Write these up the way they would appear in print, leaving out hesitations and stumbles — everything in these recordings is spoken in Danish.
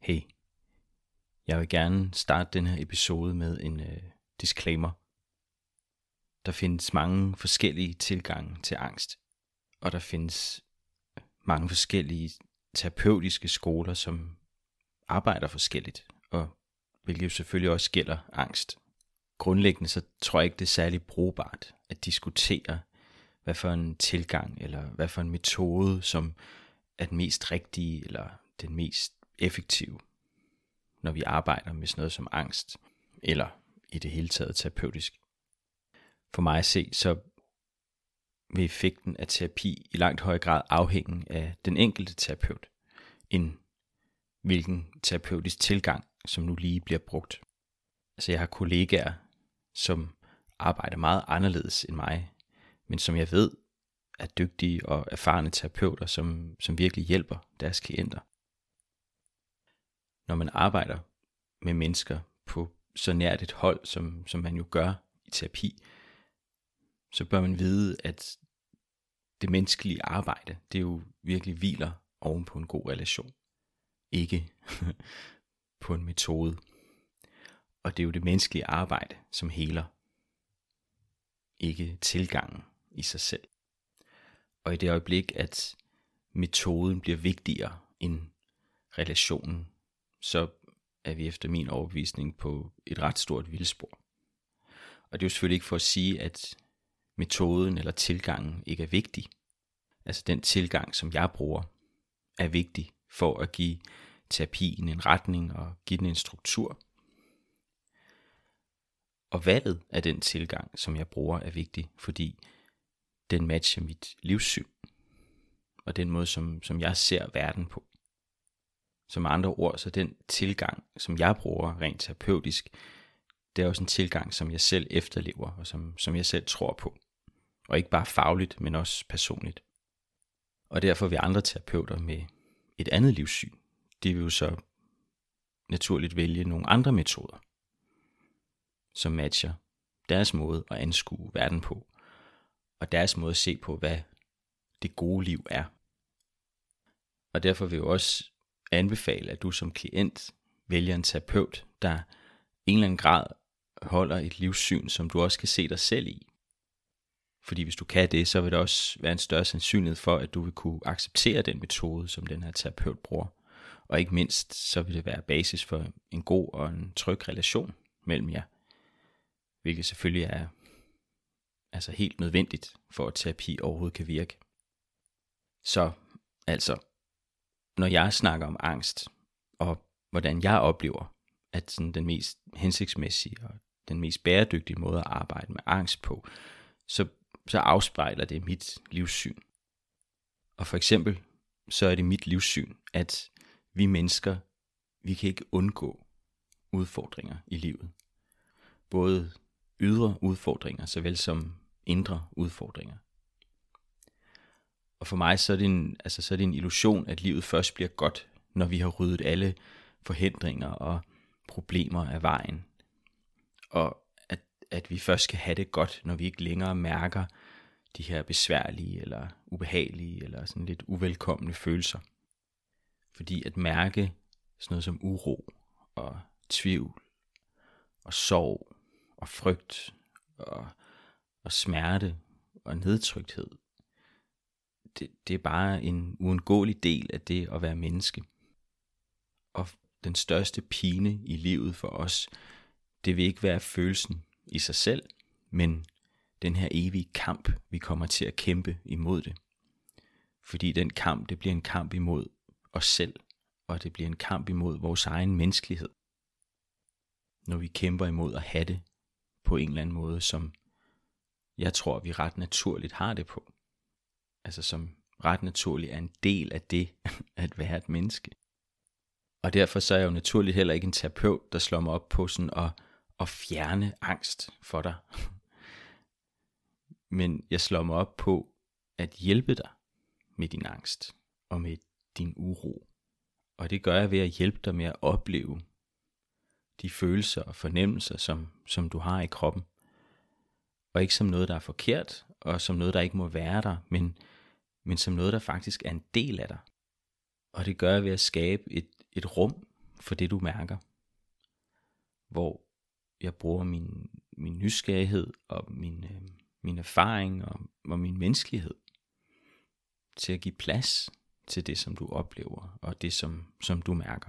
Hey, jeg vil gerne starte den her episode med en disclaimer. Der findes mange forskellige tilgange til angst, og der findes mange forskellige terapeutiske skoler, som arbejder forskelligt, og hvilket jo selvfølgelig også gælder angst. Grundlæggende så tror jeg ikke, det er særlig brugbart at diskutere, hvad for en tilgang eller hvad for en metode, som er den mest rigtige eller den mest effektive, når vi arbejder med sådan noget som angst, eller i det hele taget terapeutisk. For mig at se, så vil effekten af terapi i langt højere grad afhænge af den enkelte terapeut, end hvilken terapeutisk tilgang, som nu lige bliver brugt. Altså jeg har kollegaer, som arbejder meget anderledes end mig, men som jeg ved er dygtige og erfarne terapeuter, som virkelig hjælper deres klienter. Når man arbejder med mennesker på så nært et hold, som man jo gør i terapi, så bør man vide, at det menneskelige arbejde, det jo virkelig hviler oven på en god relation. Ikke på en metode. Og det er jo det menneskelige arbejde, som heler. Ikke tilgangen i sig selv. Og i det øjeblik, at metoden bliver vigtigere end relationen, så er vi efter min overbevisning på et ret stort vildspor. Og det er jo selvfølgelig ikke for at sige, at metoden eller tilgangen ikke er vigtig. Altså den tilgang, som jeg bruger, er vigtig for at give terapien en retning og give den en struktur. Og valget af den tilgang, som jeg bruger, er vigtig, fordi den matcher mit livssyn og den måde, som jeg ser verden på. Som andre ord, så den tilgang, som jeg bruger rent terapeutisk, det er også en tilgang, som jeg selv efterlever, og som jeg selv tror på. Og ikke bare fagligt, men også personligt. Og derfor vil andre terapeuter med et andet livssyn, de vil jo så naturligt vælge nogle andre metoder, som matcher deres måde at anskue verden på, og deres måde at se på, hvad det gode liv er. Og derfor vil jeg også anbefale, at du som klient vælger en terapeut, der i en eller anden grad holder et livssyn, som du også kan se dig selv i. Fordi hvis du kan det, så vil der også være en større sandsynlighed for, at du vil kunne acceptere den metode, som den her terapeut bruger. Og ikke mindst, så vil det være basis for en god og en tryg relation mellem jer. Hvilket selvfølgelig er altså helt nødvendigt, for at terapi overhovedet kan virke. Så altså, når jeg snakker om angst, og hvordan jeg oplever, at sådan den mest hensigtsmæssige og den mest bæredygtige måde at arbejde med angst på, så afspejler det mit livssyn. Og for eksempel, så er det mit livssyn, at vi mennesker, vi kan ikke undgå udfordringer i livet. Både ydre udfordringer, såvel som indre udfordringer. Og for mig så er det en illusion, at livet først bliver godt, når vi har ryddet alle forhindringer og problemer af vejen. Og at vi først skal have det godt, når vi ikke længere mærker de her besværlige eller ubehagelige eller sådan lidt uvelkomne følelser. Fordi at mærke sådan noget som uro og tvivl og sorg og frygt og smerte og nedtrykthed, det er bare en uundgåelig del af det at være menneske. Og den største pine i livet for os, det vil ikke være følelsen i sig selv, men den her evige kamp, vi kommer til at kæmpe imod det. Fordi den kamp, det bliver en kamp imod os selv, og det bliver en kamp imod vores egen menneskelighed. Når vi kæmper imod at have det på en eller anden måde, som jeg tror, vi ret naturligt har det på. Altså som ret naturligt er en del af det, at være et menneske. Og derfor så er jeg jo naturligt heller ikke en terapeut, der slår mig op på sådan at fjerne angst for dig. Men jeg slår mig op på at hjælpe dig med din angst og med din uro. Og det gør jeg ved at hjælpe dig med at opleve de følelser og fornemmelser, som du har i kroppen. Og ikke som noget, der er forkert, og som noget, der ikke må være der, men som noget, der faktisk er en del af dig. Og det gør jeg ved at skabe et rum for det du mærker. Hvor jeg bruger min nysgerrighed og min erfaring og min menneskelighed til at give plads til det, som du oplever, og det, som du mærker.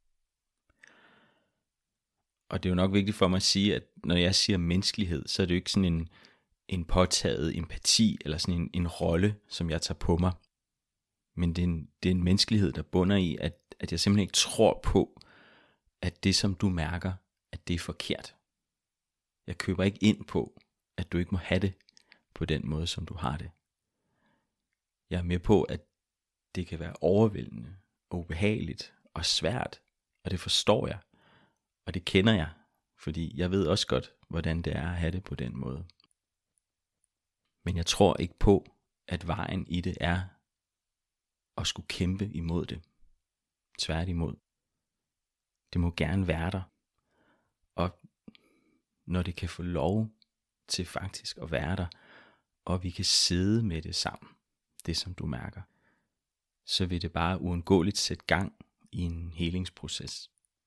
Og det er jo nok vigtigt for mig at sige, at når jeg siger menneskelighed, så er det jo ikke sådan en påtaget empati, eller sådan en rolle, som jeg tager på mig. Men det er en menneskelighed, der bunder i, at jeg simpelthen ikke tror på, at det, som du mærker, at det er forkert. Jeg køber ikke ind på, at du ikke må have det på den måde, som du har det. Jeg er med på, at det kan være overvældende og ubehageligt og svært, og det forstår jeg, og det kender jeg, fordi jeg ved også godt, hvordan det er at have det på den måde. Men jeg tror ikke på, at vejen i det er at skulle kæmpe imod det. Tværtimod. Det må gerne være der. Og når det kan få lov til faktisk at være der, og vi kan sidde med det sammen, det som du mærker, så vil det bare uundgåeligt sætte gang i en helingsproces.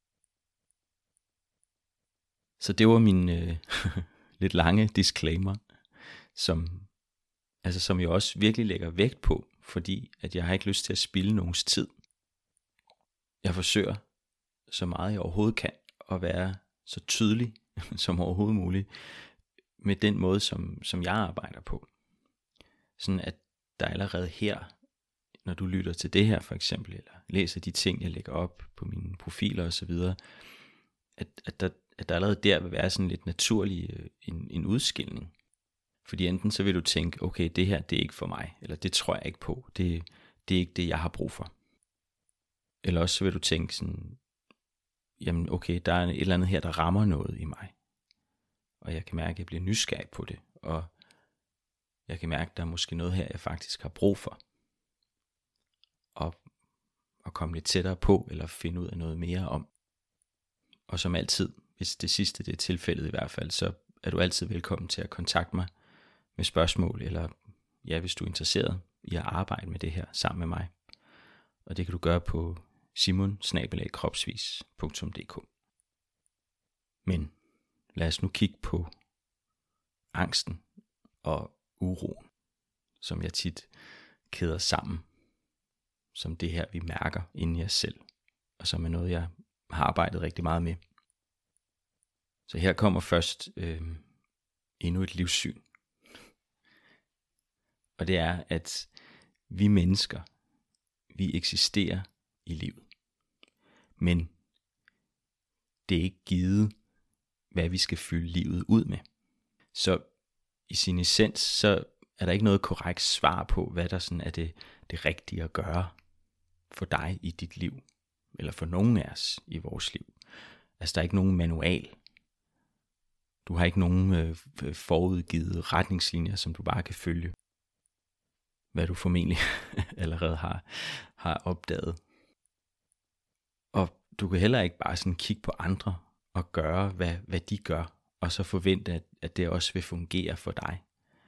Så det var min lidt lange disclaimer, som jeg også virkelig lægger vægt på, fordi at jeg har ikke lyst til at spilde nogens tid. Jeg forsøger så meget jeg overhovedet kan at være så tydelig som overhovedet muligt med den måde, som jeg arbejder på. Sådan at der allerede her, når du lytter til det her for eksempel, eller læser de ting, jeg lægger op på mine profiler osv., at der allerede der vil være sådan lidt naturlig en udskilning. Fordi enten så vil du tænke, okay, det her, det er ikke for mig, eller det tror jeg ikke på, det er ikke det, jeg har brug for. Eller også så vil du tænke sådan, jamen okay, der er et eller andet her, der rammer noget i mig. Og jeg kan mærke, at jeg bliver nysgerrig på det, og jeg kan mærke, at der er måske noget her, jeg faktisk har brug for. Og komme lidt tættere på, eller finde ud af noget mere om. Og som altid, hvis det sidste det er tilfældet i hvert fald, så er du altid velkommen til at kontakte mig med spørgsmål, eller ja, hvis du er interesseret i at arbejde med det her sammen med mig. Og det kan du gøre på simon@kropsvis.dk. Men lad os nu kigge på angsten og uroen, som jeg tit kæder sammen, som det her vi mærker inde i os selv, og som er noget jeg har arbejdet rigtig meget med. Så her kommer først endnu et livssyn. Og det er, at vi mennesker, vi eksisterer i livet. Men det er ikke givet, hvad vi skal fylde livet ud med. Så i sin essens, så er der ikke noget korrekt svar på, hvad der sådan er det rigtige at gøre for dig i dit liv, eller for nogen af os i vores liv. Altså der er ikke nogen manual. Du har ikke nogen forudgivet retningslinjer, som du bare kan følge. Hvad du formentlig allerede har opdaget. Og du kan heller ikke bare sådan kigge på andre og gøre, hvad de gør, og så forvente, at det også vil fungere for dig.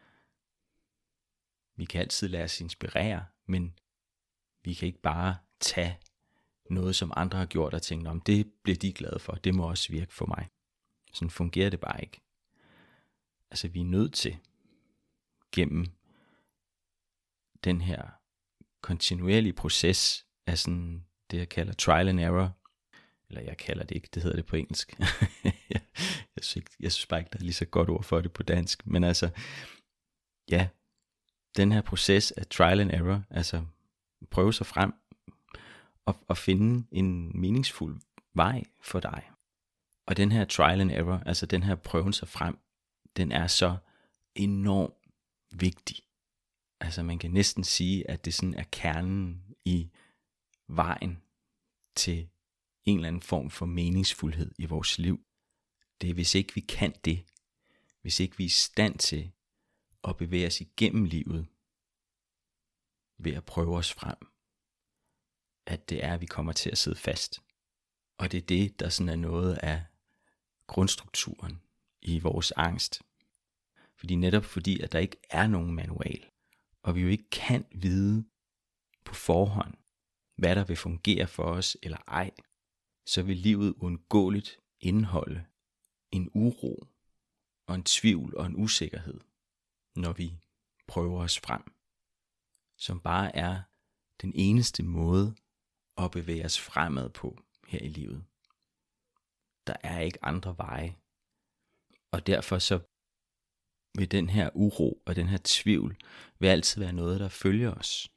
Vi kan altid lade os inspirere, men vi kan ikke bare tage noget, som andre har gjort, og tænke, om det bliver de glade for, det må også virke for mig. Sådan fungerer det bare ikke. Altså vi er nødt til, gennem den her kontinuerlige proces af sådan det, jeg kalder trial and error, eller jeg kalder det ikke, det hedder det på engelsk. jeg synes bare ikke, der er lige så godt ord for det på dansk, men altså, ja, den her proces af trial and error, altså prøve sig frem, og finde en meningsfuld vej for dig. Og den her trial and error, altså den her prøven sig frem, den er så enormt vigtig. Altså man kan næsten sige, at det sådan er kernen i vejen til en eller anden form for meningsfuldhed i vores liv. Det er, hvis ikke vi kan det, hvis ikke vi er i stand til at bevæge os igennem livet ved at prøve os frem, at det er, at vi kommer til at sidde fast. Og det er det, der sådan er noget af grundstrukturen i vores angst. Fordi at der ikke er nogen manual, og vi jo ikke kan vide på forhånd, hvad der vil fungere for os eller ej, så vil livet uundgåeligt indeholde en uro og en tvivl og en usikkerhed, når vi prøver os frem, som bare er den eneste måde at bevæge os fremad på her i livet. Der er ikke andre veje, og derfor så vil den her uro og den her tvivl vil altid være noget, der følger os.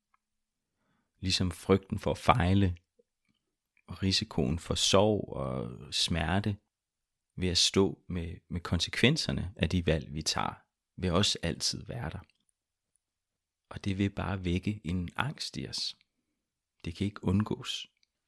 Ligesom frygten for at fejle og risikoen for sorg og smerte ved at stå med konsekvenserne af de valg, vi tager, vil også altid være der. Og det vil bare vække en angst i os. Det kan ikke undgås.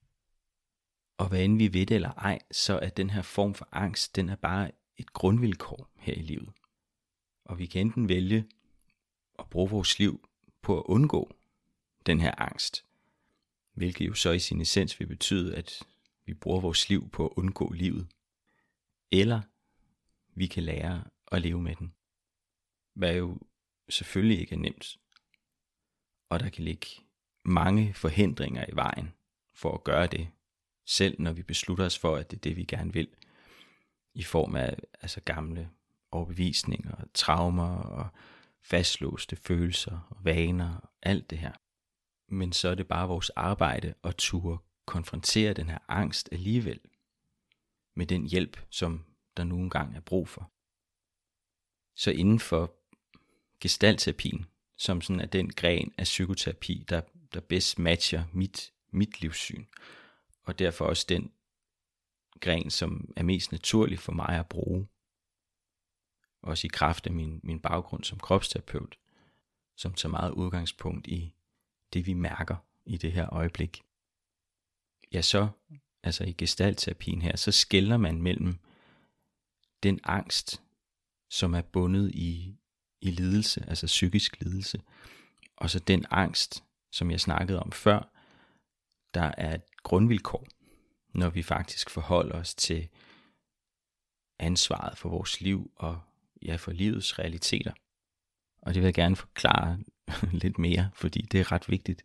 Og hvad end vi ved det eller ej, så er den her form for angst, den er bare et grundvilkår her i livet. Og vi kan enten vælge at bruge vores liv på at undgå den her angst, hvilket jo så i sin essens vil betyde, at vi bruger vores liv på at undgå livet. Eller vi kan lære at leve med den. Hvad jo selvfølgelig ikke er nemt. Og der kan ligge mange forhindringer i vejen for at gøre det, selv når vi beslutter os for, at det er det, vi gerne vil, i form af gamle overbevisninger, traumer og fastlåste følelser og vaner og alt det her. Men så er det bare vores arbejde at turde konfrontere den her angst alligevel, med den hjælp, som der nogle gange er brug for. Så inden for gestaltterapien, som sådan er den gren af psykoterapi, der bedst matcher mit livssyn, og derfor også den gren, som er mest naturlig for mig at bruge, også i kraft af min baggrund som kropsterapeut, som tager meget udgangspunkt i det, vi mærker i det her øjeblik. Ja, så i gestaltterapien her, så skelner man mellem den angst, som er bundet i lidelse, altså psykisk lidelse, og så den angst, som jeg snakkede om før, der er et grundvilkår, når vi faktisk forholder os til ansvaret for vores liv og for livets realiteter. Og det vil jeg gerne forklare lidt mere, fordi det er ret vigtigt.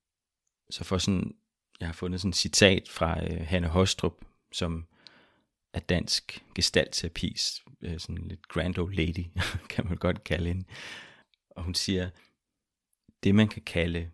Så jeg har fundet sådan et citat fra Hanne Hostrup, som er dansk gestaltterapis, sådan lidt grand old lady, kan man godt kalde hende. Og hun siger, det man kan kalde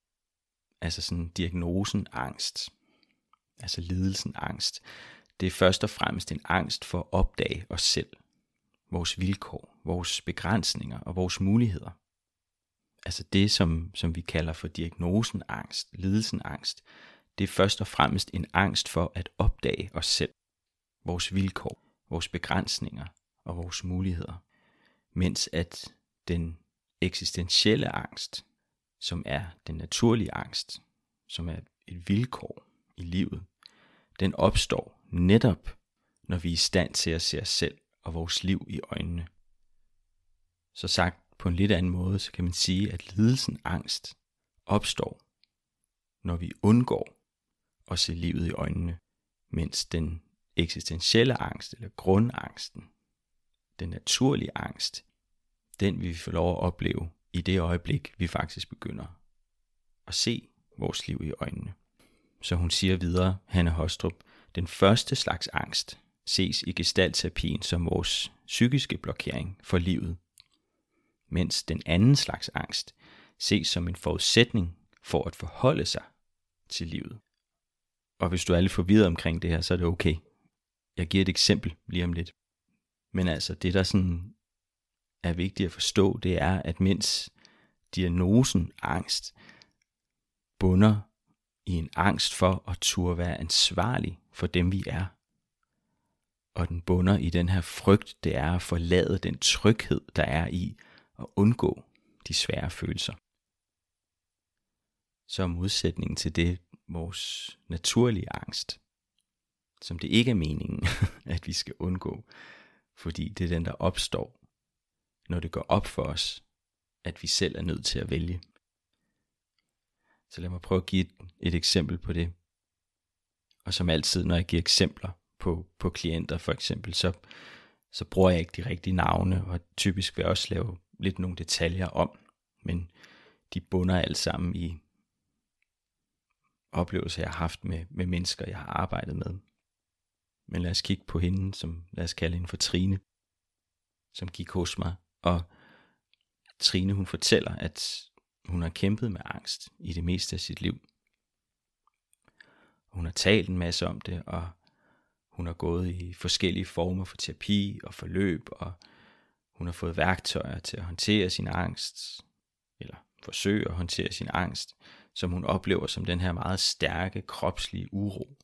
diagnosen angst, altså lidelsen angst, det er først og fremmest en angst for at opdage os selv, vores vilkår, vores begrænsninger og vores muligheder. Altså det, som vi kalder for diagnosen angst, lidelsen angst, det er først og fremmest en angst for at opdage os selv, vores vilkår, vores begrænsninger og vores muligheder. Mens at den eksistentielle angst, som er den naturlige angst, som er et vilkår i livet, den opstår netop, når vi er i stand til at se os selv og vores liv i øjnene. Så sagt på en lidt anden måde, så kan man sige, at lidelsen angst opstår, når vi undgår at se livet i øjnene, mens den eksistentielle angst, eller grundangsten, den naturlige angst, den vil vi få lov at opleve i det øjeblik, vi faktisk begynder at se vores liv i øjnene. Så hun siger videre, Hanne Hostrup, den første slags angst ses i gestaltterapien som vores psykiske blokering for livet, mens den anden slags angst ses som en forudsætning for at forholde sig til livet. Og hvis du er lidt forvirret omkring det her, så er det okay. Jeg giver et eksempel lige om lidt. Men det der sådan er vigtigt at forstå, det er, at mens diagnosen angst bunder i en angst for at turde være ansvarlig for dem vi er, og den bunder i den her frygt, det er at forlade den tryghed, der er i at undgå de svære følelser. Så modsætningen til det, vores naturlige angst, som det ikke er meningen, at vi skal undgå, fordi det er den, der opstår, når det går op for os, at vi selv er nødt til at vælge. Så lad mig prøve at give et eksempel på det. Og som altid, når jeg giver eksempler på klienter for eksempel, så bruger jeg ikke de rigtige navne, og typisk vil jeg også lave lidt nogle detaljer om, men de bunder alle sammen i oplevelser, jeg har haft med mennesker, jeg har arbejdet med. Men lad os kigge på hende, som lad os kalde hende for Trine, som gik hos mig. Og Trine, hun fortæller, at hun har kæmpet med angst i det meste af sit liv. Hun har talt en masse om det, og hun har gået i forskellige former for terapi og forløb, og hun har fået værktøjer til at håndtere sin angst, eller forsøge at håndtere sin angst, som hun oplever som den her meget stærke kropslige uro.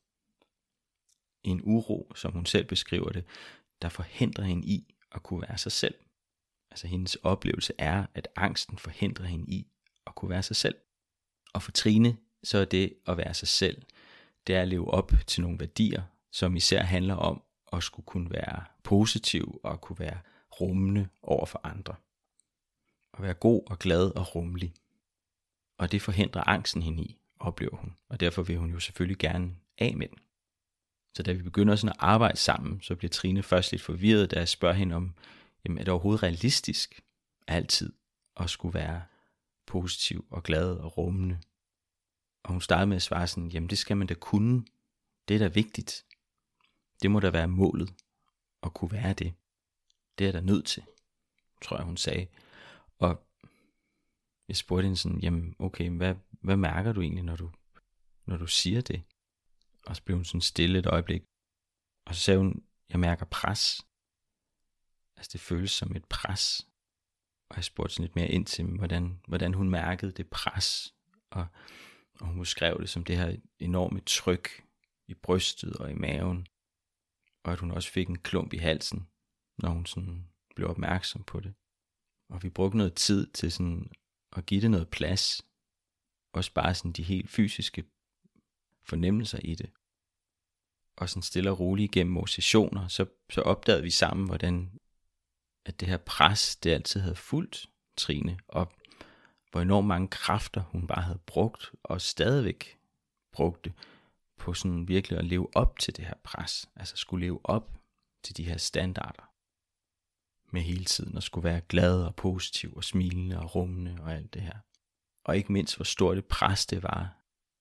En uro, som hun selv beskriver det, der forhindrer hende i at kunne være sig selv. Altså hendes oplevelse er, at angsten forhindrer hende i at kunne være sig selv. Og for Trine, så er det at være sig selv, det er at leve op til nogle værdier, som især handler om at skulle kunne være positiv og kunne være rummende over for andre. At være god og glad og rummelig. Og det forhindrer angsten hende i, oplever hun. Og derfor vil hun jo selvfølgelig gerne af med den. Så da vi begynder sådan at arbejde sammen, så bliver Trine først lidt forvirret, da jeg spørger hende om, jamen er det overhovedet realistisk altid at skulle være positiv og glad og rummende? Og hun startede med at svare sådan, jamen det skal man da kunne. Det er da vigtigt. Det må da være målet at kunne være det. Det er der nødt til, tror jeg hun sagde. Og jeg spurgte hende sådan, jamen okay, hvad mærker du egentlig, når du siger det? Og så blev hun sådan stille et øjeblik. Og så sagde hun, jeg mærker pres. Altså det føles som et pres. Og jeg spurgte sådan lidt mere ind til, hvordan hun mærkede det pres. Og hun beskrev det som det her enorme tryk i brystet og i maven. Og at hun også fik en klump i halsen, når hun sådan blev opmærksom på det. Og vi brugte noget tid til sådan at give det noget plads. Også bare sådan de helt fysiske fornemmelser i det. Og sådan stille og roligt igennem vores sessioner, så opdagede vi sammen, hvordan at det her pres, det altid havde fulgt Trine, og hvor enormt mange kræfter hun bare havde brugt, og stadigvæk brugte på sådan virkelig at leve op til det her pres. Altså skulle leve op til de her standarder. Med hele tiden at skulle være glad og positiv og smilende og rummende og alt det her. Og ikke mindst hvor stort et pres det var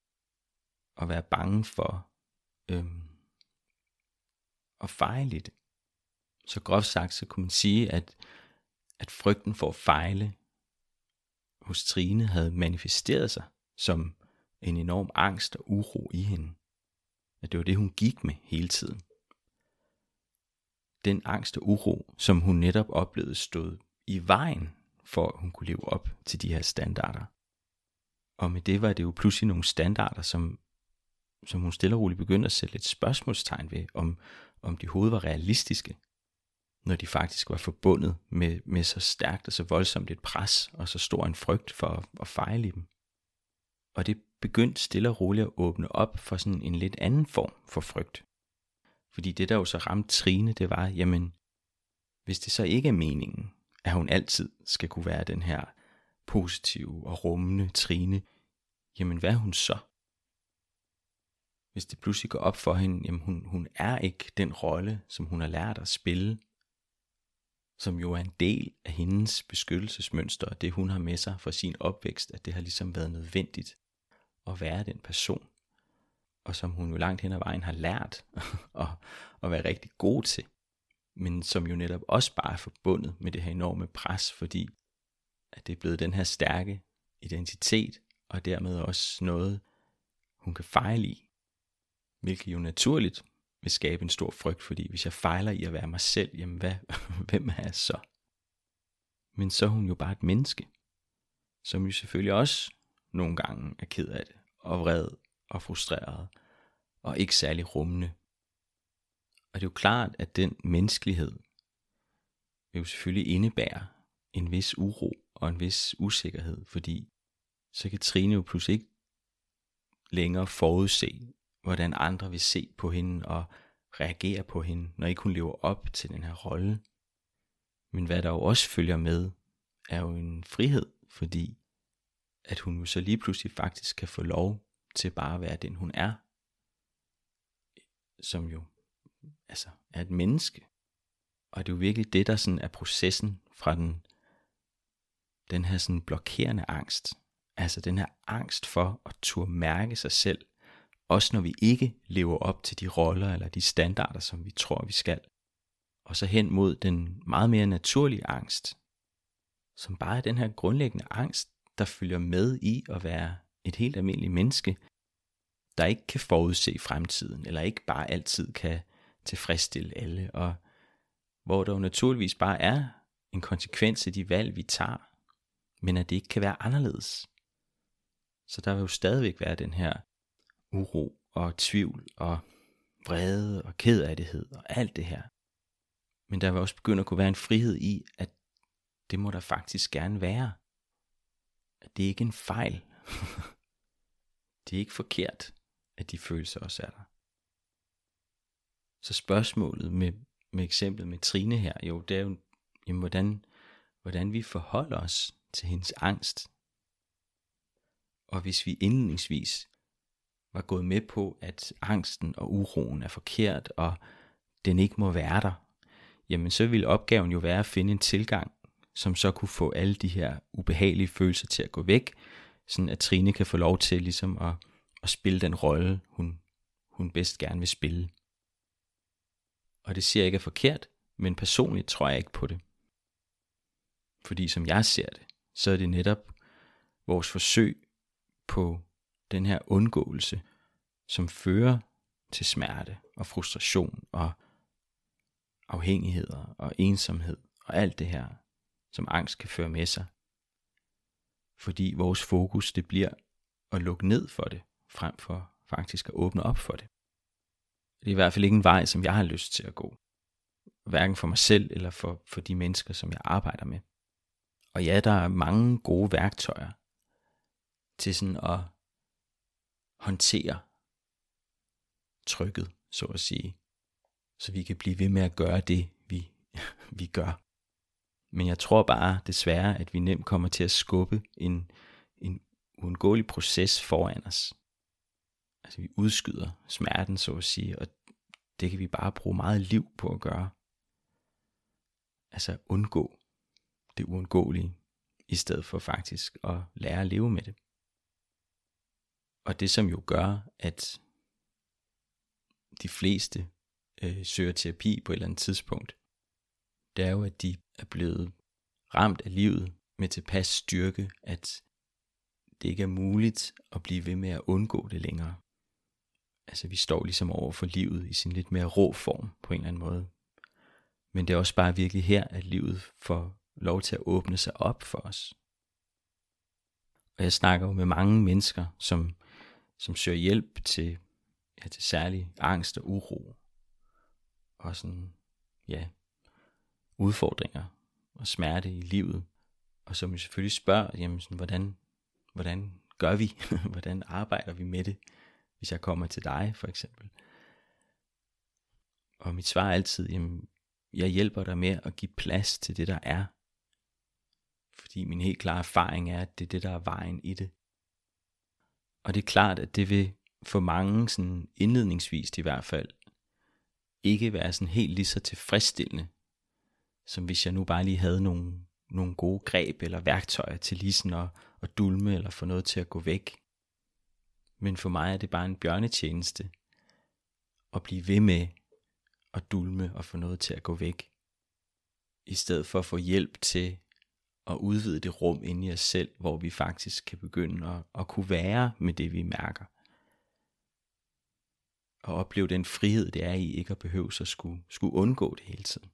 at være bange for at fejle i det. Så groft sagt, så kunne man sige, at frygten for at fejle hos Trine havde manifesteret sig som en enorm angst og uro i hende. At det var det, hun gik med hele tiden. Den angst og uro, som hun netop oplevede, stod i vejen for, at hun kunne leve op til de her standarder. Og med det var det jo pludselig nogle standarder, som hun stille og roligt begyndte at sætte lidt spørgsmålstegn ved, om de overhovedet var realistiske, når de faktisk var forbundet med så stærkt og så voldsomt et pres, og så stor en frygt for at fejle i dem. Og det begyndte stille og roligt at åbne op for sådan en lidt anden form for frygt. Fordi det der jo så ramte Trine, det var, jamen, hvis det så ikke er meningen, at hun altid skal kunne være den her positive og rummende Trine, jamen hvad er hun så? Hvis det pludselig går op for hende, jamen hun er ikke den rolle, som hun har lært at spille, som jo er en del af hendes beskyttelsesmønster, og det hun har med sig fra sin opvækst, at det har ligesom været nødvendigt at være den person, og som hun jo langt hen ad vejen har lært at være rigtig god til, men som jo netop også bare er forbundet med det her enorme pres, fordi at det er blevet den her stærke identitet, og dermed også noget, hun kan fejle i, hvilket jo naturligt vil skabe en stor frygt, fordi hvis jeg fejler i at være mig selv, jamen hvem er jeg så? Men så er hun jo bare et menneske, som jo selvfølgelig også nogle gange er ked af det, og vred og frustreret, og ikke særlig rummende. Og det er jo klart, at den menneskelighed vil jo selvfølgelig indebære en vis uro og en vis usikkerhed, fordi så kan Trine jo pludselig ikke længere forudse, hvordan andre vil se på hende og reagere på hende, når ikke hun lever op til den her rolle. Men hvad der jo også følger med, er jo en frihed, fordi at hun jo så lige pludselig faktisk kan få lov til bare at være den hun er, som jo altså er et menneske. Og det er jo virkelig det, der sådan er processen fra den her sådan blokerende angst. Altså den her angst for at turde mærke sig selv Også når vi ikke lever op til de roller eller de standarder, som vi tror, vi skal. Og så hen mod den meget mere naturlige angst, som bare er den her grundlæggende angst, der følger med i at være et helt almindeligt menneske, der ikke kan forudse fremtiden, eller ikke bare altid kan tilfredsstille alle, og hvor der jo naturligvis bare er en konsekvens af de valg, vi tager, men at det ikke kan være anderledes. Så der vil jo stadigvæk være den her uro og tvivl og vrede og kederlighed og alt det her. Men der vil også begynde at kunne være en frihed i, at det må der faktisk gerne være. At det ikke er en fejl. Det er ikke forkert, at de følelser også er der. Så spørgsmålet med eksemplet med Trine her, jo, det er jo, jamen, hvordan vi forholder os til hendes angst. Og hvis vi indledningsvis var gået med på, at angsten og uroen er forkert, og den ikke må være der, jamen så ville opgaven jo være at finde en tilgang, som så kunne få alle de her ubehagelige følelser til at gå væk, sådan at Trine kan få lov til ligesom at spille den rolle, hun bedst gerne vil spille. Og det siger jeg ikke er forkert, men personligt tror jeg ikke på det. Fordi som jeg ser det, så er det netop vores forsøg på den her undgåelse, som fører til smerte og frustration og afhængigheder og ensomhed og alt det her, som angst kan føre med sig. Fordi vores fokus, det bliver at lukke ned for det, frem for faktisk at åbne op for det. Det er i hvert fald ikke en vej, som jeg har lyst til at gå. Hverken for mig selv eller for de mennesker, som jeg arbejder med. Og ja, der er mange gode værktøjer til sådan at håndtere trykket, så at sige. Så vi kan blive ved med at gøre det, vi gør. Men jeg tror bare desværre, at vi nemt kommer til at skubbe en uundgåelig proces foran os. Altså vi udskyder smerten, så at sige, og det kan vi bare bruge meget liv på at gøre. Altså undgå det uundgåelige, i stedet for faktisk at lære at leve med det. Og det som jo gør, at de fleste søger terapi på et eller andet tidspunkt, det er jo, at de er blevet ramt af livet med tilpas styrke, at det ikke er muligt at blive ved med at undgå det længere. Altså vi står ligesom over for livet i sin lidt mere rå form på en eller anden måde. Men det er også bare virkelig her, at livet får lov til at åbne sig op for os. Og jeg snakker jo med mange mennesker, som søger hjælp til særlig angst og uro. Og sådan, udfordringer og smerte i livet. Og som jo selvfølgelig spørger, jamen sådan, hvordan gør vi? Hvordan arbejder vi med det, hvis jeg kommer til dig for eksempel? Og mit svar er altid, jamen, jeg hjælper dig med at give plads til det, der er. Fordi min helt klare erfaring er, at det er det, der er vejen i det. Og det er klart, at det vil for mange, sådan indledningsvist i hvert fald, ikke være sådan helt lige så tilfredsstillende, som hvis jeg nu bare lige havde nogle gode greb eller værktøjer til lige sådan at dulme eller få noget til at gå væk. Men for mig er det bare en bjørnetjeneste at blive ved med at dulme og få noget til at gå væk, i stedet for at få hjælp til at udvide det rum inde i os selv, hvor vi faktisk kan begynde at kunne være med det, vi mærker. Og opleve den frihed, det er i ikke at behøve at skulle undgå det hele tiden.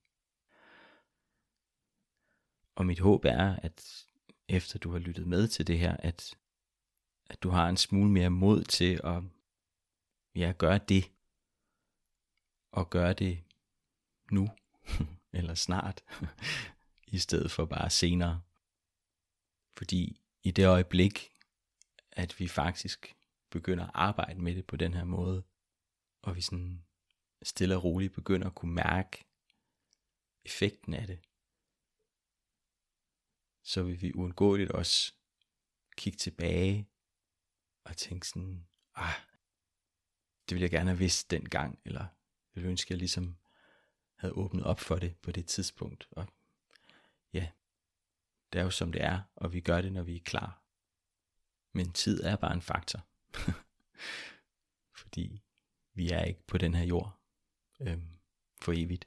Og mit håb er, at efter du har lyttet med til det her, at du har en smule mere mod til at gøre det. Og gøre det nu, eller snart, i stedet for bare senere. Fordi i det øjeblik, at vi faktisk begynder at arbejde med det på den her måde, og vi sådan stille og roligt begynder at kunne mærke effekten af det, så vil vi uundgåeligt også kigge tilbage og tænke sådan, det ville jeg gerne have vidst dengang, eller jeg ville ønske, at jeg ligesom havde åbnet op for det på det tidspunkt. Og ja, det er jo som det er, og vi gør det, når vi er klar. Men tid er bare en faktor. fordi vi er ikke på den her jord for evigt.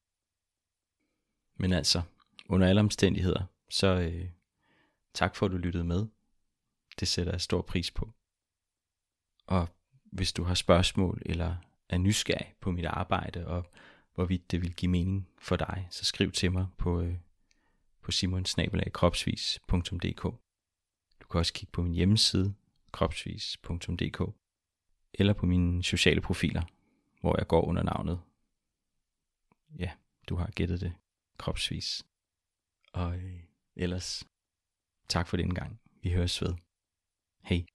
Men altså, under alle omstændigheder, så tak for at du lyttede med. Det sætter jeg stor pris på. Og hvis du har spørgsmål eller er nysgerrig på mit arbejde og hvorvidt det vil give mening for dig, så skriv til mig på simon@kropsvis.dk. Du kan også kigge på min hjemmeside kropsvis.dk eller på mine sociale profiler, hvor jeg går under navnet, ja, du har gættet det, Kropsvis. Og ellers tak for denne gang. Vi høres ved. Hej.